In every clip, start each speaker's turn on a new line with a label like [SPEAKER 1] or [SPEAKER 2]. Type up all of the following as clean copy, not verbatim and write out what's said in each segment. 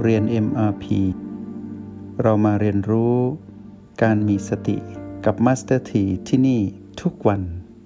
[SPEAKER 1] เรียน MRP เรามาเรียนรู้การมีสติกับ Master T ที่นี่ทุกวัน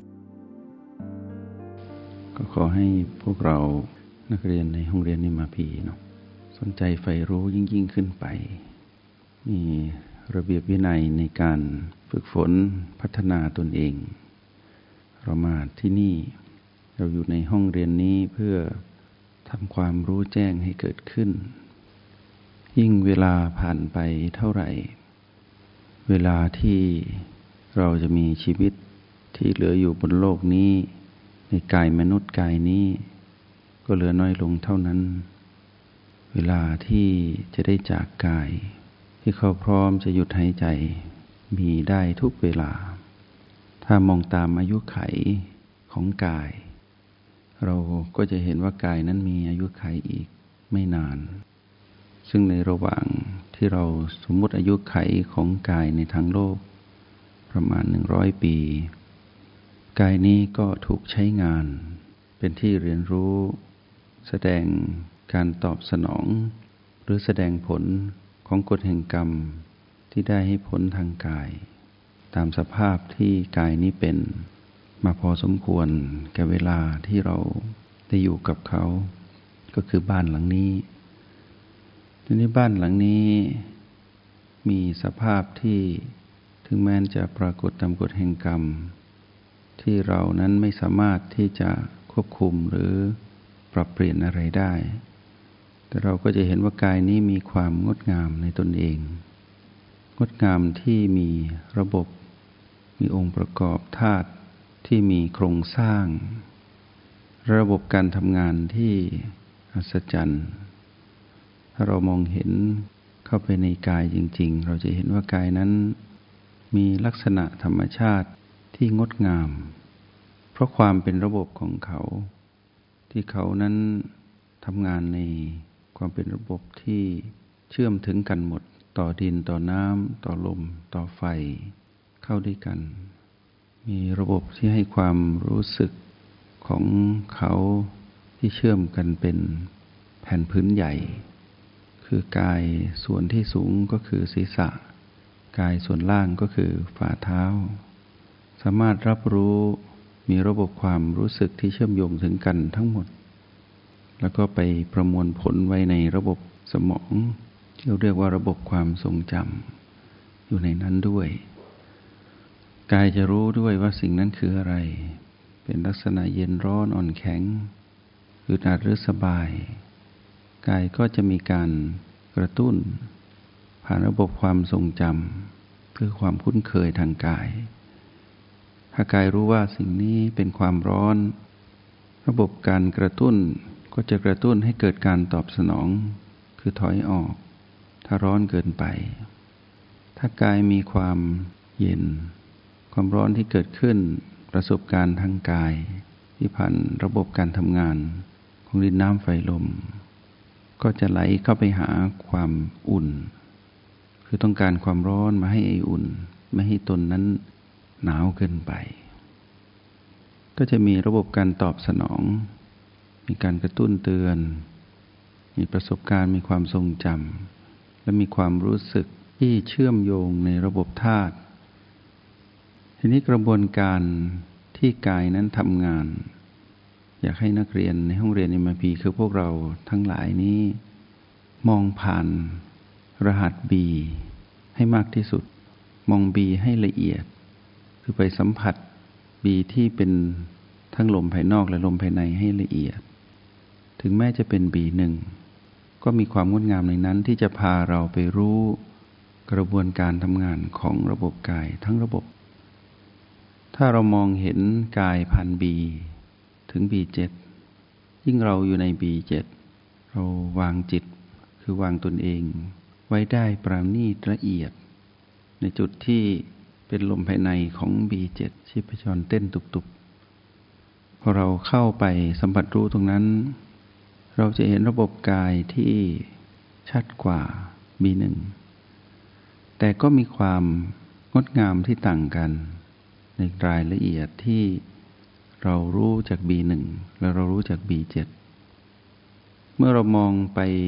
[SPEAKER 1] ก็ขอให้พวกเรานักเรียนในห้องเรียน MRP เนาะสนใจใฝ่รู้ยิ่งขึ้นไปมีระเบียบวินัยในการฝึกฝนพัฒนาตนเองเรามาที่นี่เราอยู่ในห้องเรียนนี้เพื่อทำความรู้แจ้งให้เกิดขึ้นยิ่งเวลาผ่านไปเท่าไหร่เวลาที่เราจะมีชีวิตที่เหลืออยู่บนโลกนี้ในกายมนุษย์กายนี้ก็เหลือน้อยลงเท่านั้นเวลาที่จะได้จากกายที่เขาพร้อมจะหยุดหายใจมีได้ทุกเวลาถ้ามองตามอายุไขของกายเราก็จะเห็นว่ากายนั้นมีอายุขัยอีกไม่นานซึ่งในระหว่างที่เราสมมุติอายุขัยของกายในทางโลกประมาณ100 ปีกายนี้ก็ถูกใช้งานเป็นที่เรียนรู้แสดงการตอบสนองหรือแสดงผลของกฎแห่งกรรมที่ได้ให้ผลทางกายตามสภาพที่กายนี้เป็นมาพอสมควรแก่เวลาที่เราได้อยู่กับเขาก็คือบ้านหลังนี้ทีนี้บ้านหลังนี้มีสภาพที่ถึงแม้จะปรากฏตามกฎแห่งกรรมที่เรานั้นไม่สามารถที่จะควบคุมหรือปรับเปลี่ยนอะไรได้แต่เราก็จะเห็นว่ากายนี้มีความงดงามในตนเองงดงามที่มีระบบมีองค์ประกอบธาตุที่มีโครงสร้างระบบการทำงานที่อัศจรรย์ถ้าเรามองเห็นเข้าไปในกายจริงๆเราจะเห็นว่ากายนั้นมีลักษณะธรรมชาติที่งดงามเพราะความเป็นระบบของเขาที่เขานั้นทำงานในความเป็นระบบที่เชื่อมถึงกันหมดต่อดินต่อน้ำต่อลมต่อไฟเข้าด้วยกันมีระบบที่ให้ความรู้สึกของเขาที่เชื่อมกันเป็นแผ่นพื้นใหญ่คือกายส่วนที่สูงก็คือศีรษะกายส่วนล่างก็คือฝ่าเท้าสามารถรับรู้มีระบบความรู้สึกที่เชื่อมโยงถึงกันทั้งหมดแล้วก็ไปประมวลผลไว้ในระบบสมองที่เรียกว่าระบบความทรงจำอยู่ในนั้นด้วยกายจะรู้ด้วยว่าสิ่งนั้นคืออะไรเป็นลักษณะเย็นร้อนอ่อนแข็งอึดอัดหรือสบายกายก็จะมีการกระตุ้นผ่านระบบความทรงจำคือความคุ้นเคยทางกายถ้ากายรู้ว่าสิ่งนี้เป็นความร้อนระบบการกระตุ้นก็จะกระตุ้นให้เกิดการตอบสนองคือถอยออกถ้าร้อนเกินไปถ้ากายมีความเย็นความร้อนที่เกิดขึ้นประสบการณ์ทางกายที่ผ่านระบบการทำงานของดินน้ำไฟลมก็จะไหลเข้าไปหาความอุ่นคือต้องการความร้อนมาให้ไออุ่นไม่ให้ตนนั้นหนาวเกินไปก็จะมีระบบการตอบสนองมีการกระตุ้นเตือนมีประสบการณ์มีความทรงจำและมีความรู้สึกที่เชื่อมโยงในระบบธาตุทีนี้กระบวนการที่กายนั้นทำงานอยากให้นักเรียนในห้องเรียน MRP คือพวกเราทั้งหลายนี้มองผ่านรหัส B ให้มากที่สุดมอง B ให้ละเอียดคือไปสัมผัส B ที่เป็นทั้งลมภายนอกและลมภายในให้ละเอียดถึงแม้จะเป็น B1 ก็มีความงดงามในนั้นที่จะพาเราไปรู้กระบวนการทำงานของระบบกายทั้งระบบถ้าเรามองเห็นกายผ่าน B ถึง B7 ยิ่งเราอยู่ใน B7 เราวางจิตคือวางตนเองไว้ได้ปราณีตละเอียดในจุดที่เป็นลมภายในของ B7 ชีพจรเต้นตุบๆพอเราเข้าไปสัมผัสรู้ตรงนั้นเราจะเห็นระบบกายที่ชัดกว่า B1 แต่ก็มีความงดงามที่ต่างกันในรายละเอียดที่เรารู้จาก B1 และเรารู้จาก B7 เมื่อเรามองไป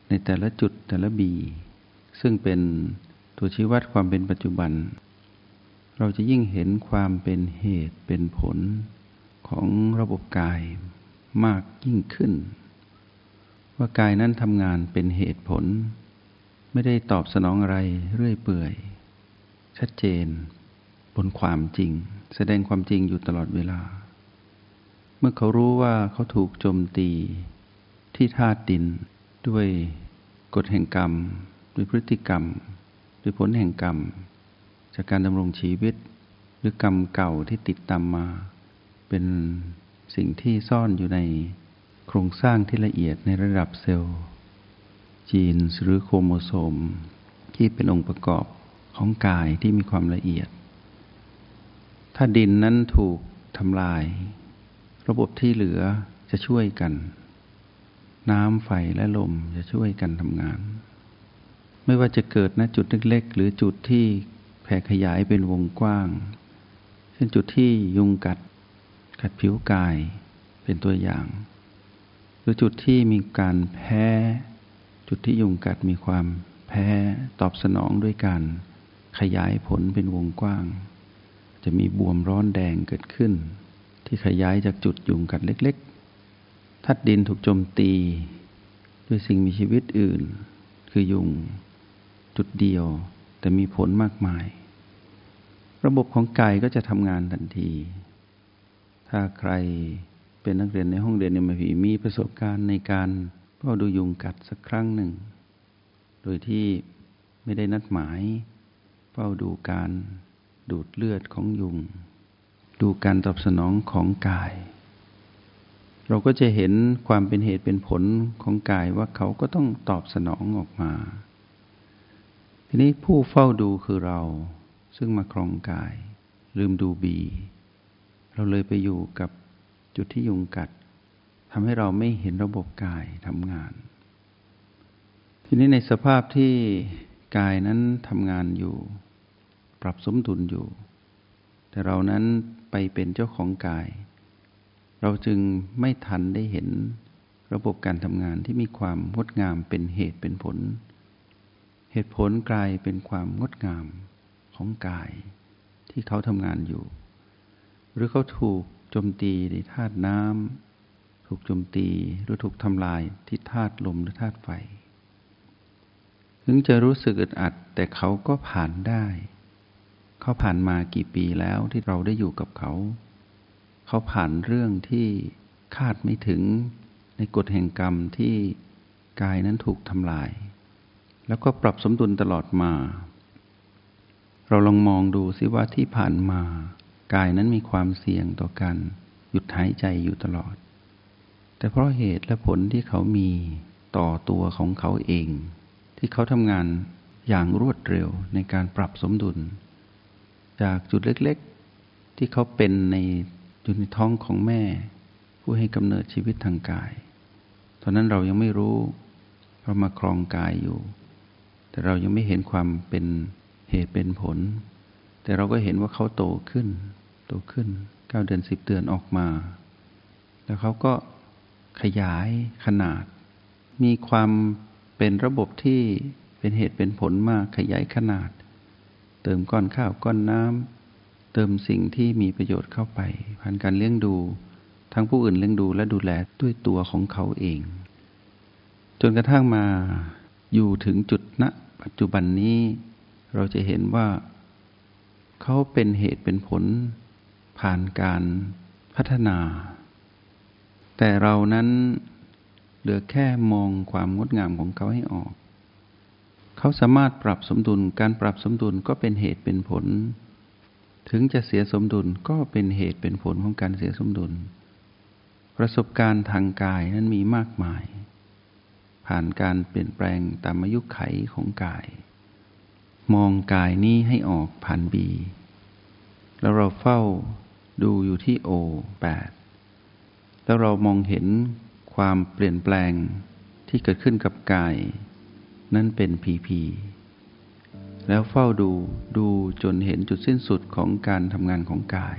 [SPEAKER 1] ในแต่ละจุดแต่ละบีซึ่งเป็นตัวชี้วัดความเป็นปัจจุบันเราจะยิ่งเห็นความเป็นเหตุเป็นผลของระบบกายมากยิ่งขึ้นว่ากายนั้นทำงานเป็นเหตุผลไม่ได้ตอบสนองอะไรเรื่อยเปื่อยชัดเจนบนความจริงแสดงความจริงอยู่ตลอดเวลาเมื่อเขารู้ว่าเขาถูกโจมตีที่ธาตุดินด้วยกฎแห่งกรรมด้วยพฤติกรรมด้วยผลแห่งกรรมจากการดำรงชีวิตหรือกรรมเก่าที่ติดตามมาเป็นสิ่งที่ซ่อนอยู่ในโครงสร้างที่ละเอียดในระดับเซลล์จีนหรือโครโมโซมที่เป็นองค์ประกอบของกายที่มีความละเอียดถ้าดินนั้นถูกทำลายระบบที่เหลือจะช่วยกันน้ำไฟและลมจะช่วยกันทำงานไม่ว่าจะเกิดณจุดเล็กๆหรือจุดที่แผ่ขยายเป็นวงกว้างเช่นจุดที่ยุงกัดผิวกายเป็นตัวอย่างหรือจุดที่มีการแพ้จุดที่ยุงกัดมีความแพ้ตอบสนองด้วยการขยายผลเป็นวงกว้างจะมีบวมร้อนแดงเกิดขึ้นที่ขยายจากจุดยุงกัดเล็กๆธาตุดินถูกโจมตีด้วยสิ่งมีชีวิตอื่นคือยุงจุดเดียวแต่มีผลมากมายระบบของกายก็จะทำงานทันทีถ้าใครเป็นนักเรียนในห้องเรียนMIPมีประสบการณ์ในการเฝ้าดูยุงกัดสักครั้งหนึ่งโดยที่ไม่ได้นัดหมายเฝ้าดูการดูดเลือดของยุงดูการตอบสนองของกายเราก็จะเห็นความเป็นเหตุเป็นผลของกายว่าเขาก็ต้องตอบสนองออกมาทีนี้ผู้เฝ้าดูคือเราซึ่งมาครองกายลืมดูบีเราเลยไปอยู่กับจุดที่ยุงกัดทำให้เราไม่เห็นระบบกายทำงานทีนี้ในสภาพที่กายนั้นทำงานอยู่ปรับสมดุลอยู่แต่เรานั้นไปเป็นเจ้าของกายเราจึงไม่ทันได้เห็นระบบการทำงานที่มีความงดงามเป็นเหตุเป็นผลเหตุผลกลายเป็นความงดงามของกายที่เขาทำงานอยู่หรือเขาถูกโจมตีในธาตุน้ำถูกโจมตีหรือถูกทำลายที่ธาตุลมหรือธาตุไฟถึงจะรู้สึกอึดอัดแต่เขาก็ผ่านได้เขาผ่านมากี่ปีแล้วที่เราได้อยู่กับเขาผ่านเรื่องที่คาดไม่ถึงในกฎแห่งกรรมที่กายนั้นถูกทำลายแล้วก็ปรับสมดุลตลอดมาเราลองมองดูซิว่าที่ผ่านมากายนั้นมีความเสี่ยงต่อการหยุดหายใจอยู่ตลอดแต่เพราะเหตุและผลที่เขามีต่อตัวของเขาเองที่เขาทำงานอย่างรวดเร็วในการปรับสมดุลจากจุดเล็กๆที่เขาเป็นอยู่ในท้องของแม่ผู้ให้กำเนิดชีวิตทางกายตอนนั้นเรายังไม่รู้เรามาครองกายอยู่แต่เรายังไม่เห็นความเป็นเหตุเป็นผลแต่เราก็เห็นว่าเขาโตขึ้น9 เดือน10 เดือนออกมาแล้วเขาก็ขยายขนาดมีความเป็นระบบที่เป็นเหตุเป็นผลมากขยายขนาดเติมก้อนข้าวก้อนน้ำเติมสิ่งที่มีประโยชน์เข้าไปผ่านการเลี้ยงดูทั้งผู้อื่นเลี้ยงดูและดูแลด้วยตัวของเขาเองจนกระทั่งมาอยู่ถึงจุดณปัจจุบันนี้เราจะเห็นว่าเขาเป็นเหตุเป็นผลผ่านการพัฒนาแต่เรานั้นเหลือแค่มองความงดงามของเขาให้ออกเขาสามารถปรับสมดุลการปรับสมดุลก็เป็นเหตุเป็นผลถึงจะเสียสมดุลก็เป็นเหตุเป็นผลของการเสียสมดุลประสบการณ์ทางกายนั้นมีมากมายผ่านการเปลี่ยนแปลงตามอายุไขของกายมองกายนี้ให้ออกผ่านบีแล้วเราเฝ้าดูอยู่ที่โอ8แล้วเรามองเห็นความเปลี่ยนแปลงที่เกิดขึ้นกับกายนั้นเป็นพีแล้วเฝ้าดูจนเห็นจุดสิ้นสุดของการทำงานของกาย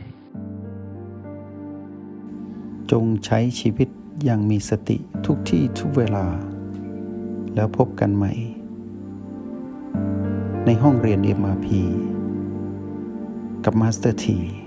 [SPEAKER 1] จงใช้ชีวิตอย่างมีสติทุกที่ทุกเวลาแล้วพบกันใหม่ในห้องเรียน MRP กับมาสเตอร์ที